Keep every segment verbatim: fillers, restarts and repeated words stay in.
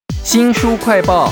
新书快报。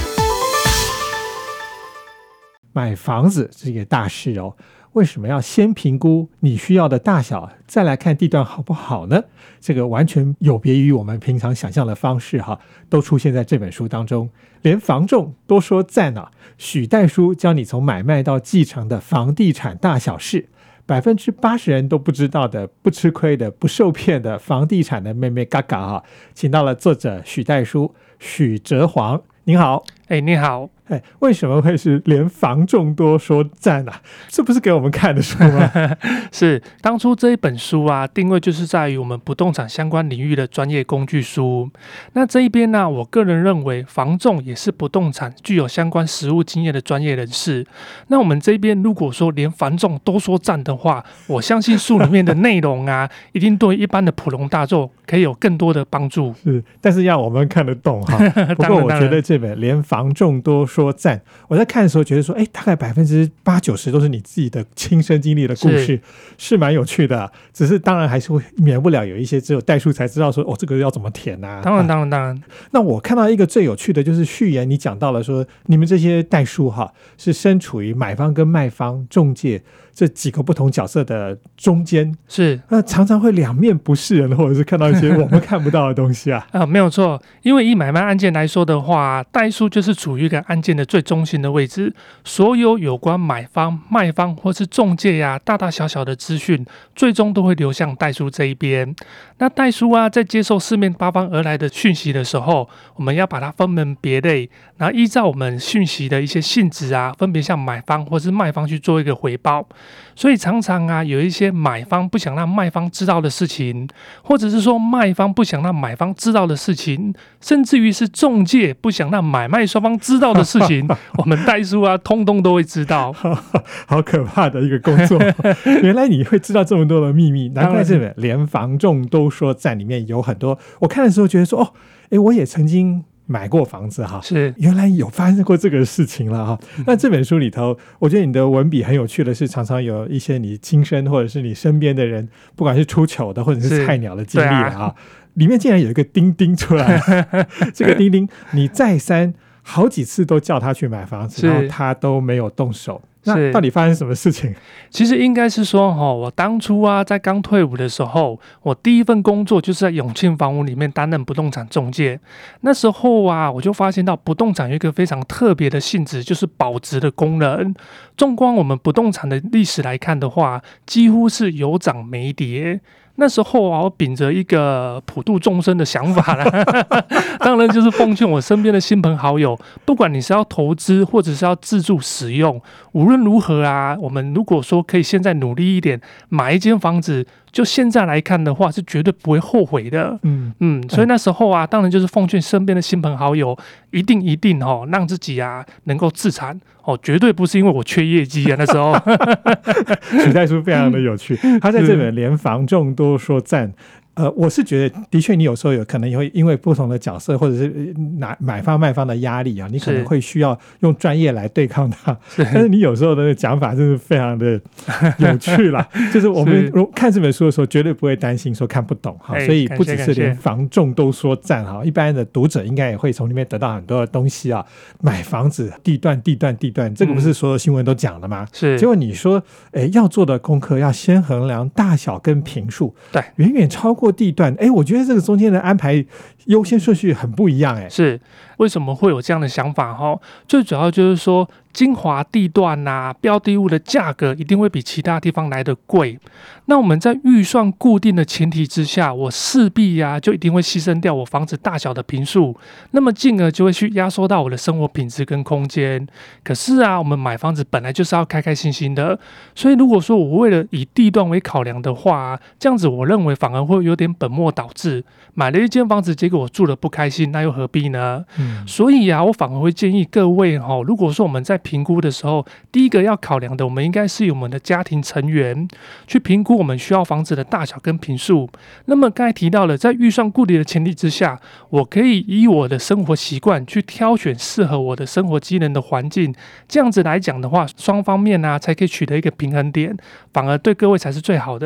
买房子是一个大事哦，为什么要先评估你需要的大小，再来看地段好不好呢？这个完全有别于我们平常想象的方式哈，都出现在这本书当中。连房仲都说赞啊，许代书教你从买卖到继承的房地产大小事，百分之八十人都不知道的、不吃亏的、不受骗的房地产的妹妹嘎嘎哈，请到了作者许代书、许哲煌，您好。 哎，你好。 哎，为什么会是连房仲都说赞啊？这不是给我们看的书吗？ 是当初这一本书啊，定位就是在于我们不动产相关领域的专业工具书。那这一边呢、啊，我个人认为房仲也是不动产具有相关实务经验的专业人士。那我们这边如果说连房仲都说赞的话，我相信书里面的内容啊，一定对一般的普罗大众可以有更多的帮助。 是，但是要我们看得懂哈。不过我觉得这本连房仲都说赞，我在看的时候觉得说，哎，大概百分之八九十都是你自己的亲身经历的故事，是, 是蛮有趣的、啊。只是当然还是会免不了有一些只有代书才知道说，哦，这个要怎么填啊？ 当然，当然，当然。 那我看到一个最有趣的就是序言，你讲到了说，你们这些代书哈，是身处于买方跟卖方、中介这几个不同角色的中间， 是那常常会两面不是人，或者是看到一些我们看不到的东西啊。 啊，没有错，因为以买卖案件来说的话，代书就是处于一个案件的最中心的位置，所有有关买方、卖方或是中介呀、啊，大大小小的资讯，最终都会流向代书这一边。那代书啊，在接受四面八方而来的讯息的时候，我们要把它分门别类，然后依照我们讯息的一些性质啊，分别向买方或是卖方去做一个回报。所以常常啊，有一些买方不想让卖方知道的事情，或者是说卖方不想让买方知道的事情，甚至于是中介不想让买卖双方知道的事情，我们代书啊，通通都会知道。 好可怕的一个工作！原来你会知道这么多的秘密，难怪这本连房仲都说赞里面有很多。我看的时候觉得说，哦，哎，我也曾经买过房子哈， 是原来有发生过这个事情了哈。那这本书里头，我觉得你的文笔很有趣的是，常常有一些你亲身或者是你身边的人，不管是出糗的或者是菜鸟的经历了哈。里面竟然有一个钉钉出来，这个钉钉你再三好几次都叫他去买房子，然后他都没有动手。那到底发生什么事情？ 其实应该是说，我当初啊，在刚退伍的时候，我第一份工作就是在永庆房屋里面担任不动产中介。那时候啊，我就发现到不动产有一个非常特别的性质，就是保值的功能。纵观我们不动产的历史来看的话，几乎是有涨没跌。那时候啊，我秉着一个普度众生的想法啦，当然就是奉劝我身边的亲朋好友，不管你是要投资或者是要自住使用，无论如何啊，我们如果说可以现在努力一点，买一间房子，就现在来看的话，是绝对不会后悔的。嗯嗯，所以那时候啊，当然就是奉劝身边的亲朋好友，一定一定哦，让自己啊能够自产哦，绝对不是因为我缺业绩啊。那时候， 许代书非常的有趣，他在这本连房仲都说赞。呃，我是觉得，的确，你有时候有可能也会因为不同的角色，或者是拿买方卖方的压力啊，你可能会需要用专业来对抗它。是但是你有时候的讲法真是非常的有趣啦。就是我们看这本书的时候，绝对不会担心说看不懂哈，所以不只是连房仲都说赞哈，一般的读者应该也会从里面得到很多的东西啊。买房子地段地段地段，这个不是所有新闻都讲了吗？是。结果你说，哎，要做的功课要先衡量大小跟坪数，对，远远超过。过地段，哎，我觉得这个中间的安排优先顺序很不一样，哎， 是为什么会有这样的想法？哈，最主要就是说，精华地段啊，标的物的价格一定会比其他地方来得贵。那我们在预算固定的前提之下，我势必呀、啊、就一定会牺牲掉我房子大小的坪数，那么进而就会去压缩到我的生活品质跟空间。可是啊，我们买房子本来就是要开开心心的，所以如果说我为了以地段为考量的话，这样子我认为反而会有点本末倒置。买了一间房子，结果我住得不开心，那又何必呢？嗯、所以啊，我反而会建议各位哈、哦，如果说我们在评估的时候，第一个要考量的，我们应该是以我们的家庭成员去评估我们需要房子的大小跟坪数。那么刚才提到了，在预算固定的前提之下，我可以以我的生活习惯去挑选适合我的生活机能的环境。这样子来讲的话，双方面啊才可以取得一个平衡点，反而对各位才是最好的。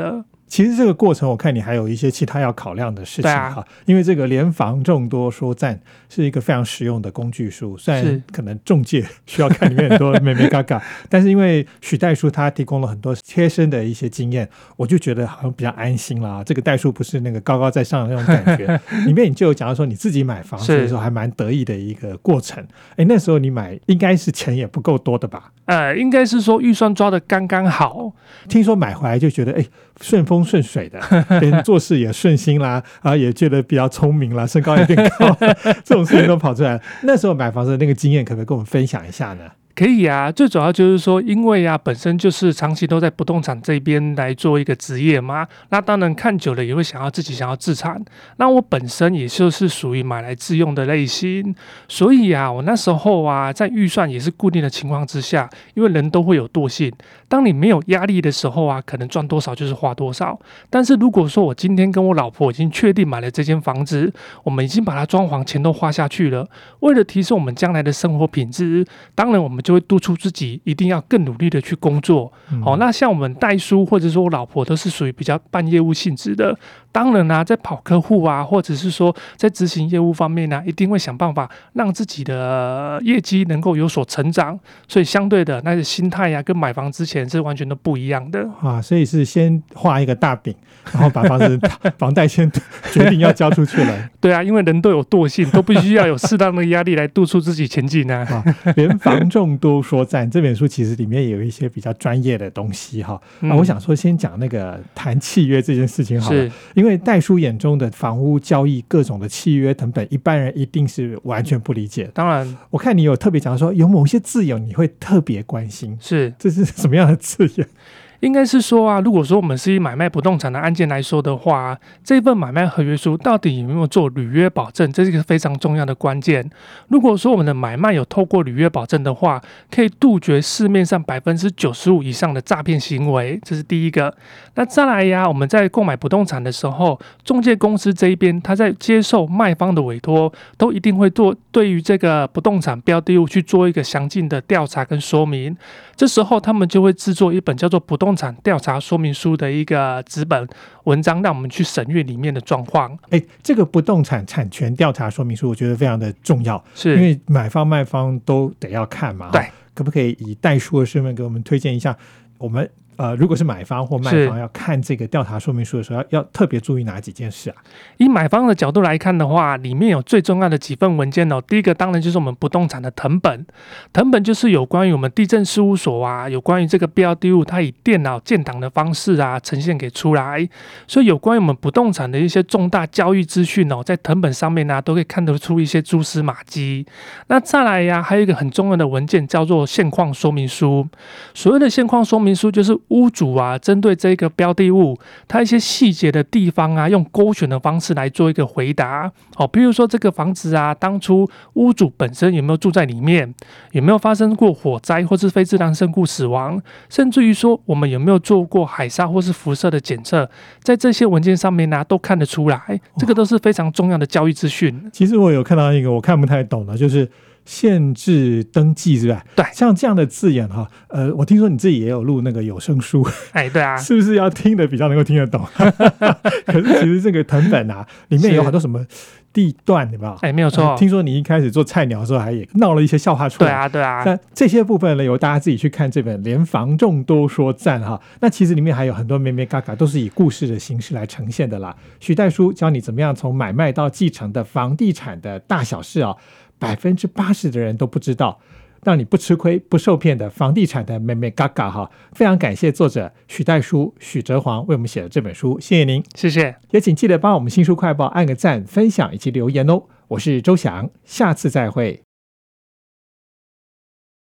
其实这个过程我看你还有一些其他要考量的事情哈、 啊， 因为这个联防众多说赞是一个非常实用的工具书，虽然可能中介需要看里面很多眉眉角角，但是因为许代书他提供了很多贴身的一些经验，我就觉得好像比较安心啦。这个代书不是那个高高在上的那种感觉，里面你就有讲到说你自己买房子的时候还蛮得意的一个过程。哎，那时候你买应该是钱也不够多的吧？ 呃，应该是说预算抓的刚刚好。 听说买回来就觉得哎顺风顺水的，连做事也顺心啦，啊也觉得比较聪明啦，身高也变高，这种事情都跑出来了。那时候买房子的那个经验，可不可以跟我们分享一下呢？ 可以啊，最主要就是说，因为啊，本身就是长期都在不动产这边来做一个职业嘛，那当然看久了也会想要自己想要自产。那我本身也就是属于买来自用的类型，所以啊，我那时候啊，在预算也是固定的情况之下，因为人都会有惰性，当你没有压力的时候啊，可能赚多少就是花多少。但是如果说我今天跟我老婆已经确定买了这间房子，我们已经把它装潢钱都花下去了，为了提升我们将来的生活品质，当然我们就会督促自己一定要更努力的去工作。 嗯好、那像我们代书或者说我老婆都是属于比较办业务性质的，当然啊，在跑客户啊，或者是说在执行业务方面呢、啊，一定会想办法让自己的业绩能够有所成长。所以相对的，那些心态呀、啊，跟买房之前是完全都不一样的。 啊，所以是先画一个大饼，然后把房子房贷先决定要交出去了。 对啊，因为人都有惰性，都必须要有适当的压力来督促自己前进啊。 啊，连房仲都说赞这本书其实里面有一些比较专业的东西哈。 嗯、 啊，我想说先讲那个谈契约这件事情好了， 是因为代书眼中的房屋交易各种的契约等等，一般人一定是完全不理解。 当然， 我看你有特别讲说有某些字眼你会特别关心， 是这是什么样的字眼？ 应该是说啊，如果说我们是以买卖不动产的案件来说的话，这份买卖合约书到底有没有做履约保证，这是一个非常重要的关键。如果说我们的买卖有透过履约保证的话，可以杜绝市面上百分之九十五以上的诈骗行为，这是第一个。那再来呀，我们在购买不动产的时候，中介公司这一边，他在接受卖方的委托，都一定会做对于这个不动产标的物去做一个详尽的调查跟说明。这时候他们就会制作一本叫做不动产调查说明书的一个纸本文章，让我们去审阅里面的状况。 哎，这个不动产产权调查说明书，我觉得非常的重要， 是因为买方卖方都得要看嘛。 对， 可不可以以代书的身份给我们推荐一下？我们呃，如果是买方或卖方要看这个调查说明书的时候，要要特别注意哪几件事啊？ 以买方的角度来看的话，里面有最重要的几份文件哦。第一个当然就是我们不动产的誊本，誊本就是有关于我们地政事务所啊，有关于这个标的物，它以电脑建档的方式啊呈现给出来，所以有关于我们不动产的一些重大交易资讯哦，在誊本上面呢、啊，都可以看得出一些蛛丝马迹。那再来呀、啊，还有一个很重要的文件叫做现况说明书。所谓的现况说明书，就是屋主啊，针对这个标的物，它一些细节的地方啊，用勾选的方式来做一个回答。哦，比如说这个房子啊，当初屋主本身有没有住在里面，有没有发生过火灾或是非自然身故死亡，甚至于说我们有没有做过海砂或是辐射的检测，在这些文件上面呢、啊，都看得出来，这个都是非常重要的交易资讯。 其实我有看到一个我看不太懂的，就是限制登记，是吧？ 对， 像这样的字眼哈，呃，我听说你自己也有录那个有声书， 哎，对啊， 是不是要听得比较能够听得懂？可是其实这个誊本啊，里面有很多什么地段，对吧？ 哎，没有错、 呃。听说你一开始做菜鸟的时候，还也闹了一些笑话出来。 对啊，对啊。 那这些部分呢，由大家自己去看这本《连房仲都说赞》哈。那其实里面还有很多咩咩嘎嘎，都是以故事的形式来呈现的啦。许代书教你怎么样从买卖到继承的房地产的大小事啊。百分之八十的人都不知道，让你不吃亏、不受骗的房地产的咩咩嘎嘎哈！非常感谢作者许代书、许哲煌为我们写的这本书，谢谢您， 谢谢。 也请记得帮我们新书快报按个赞、分享以及留言哦。我是周翔，下次再会。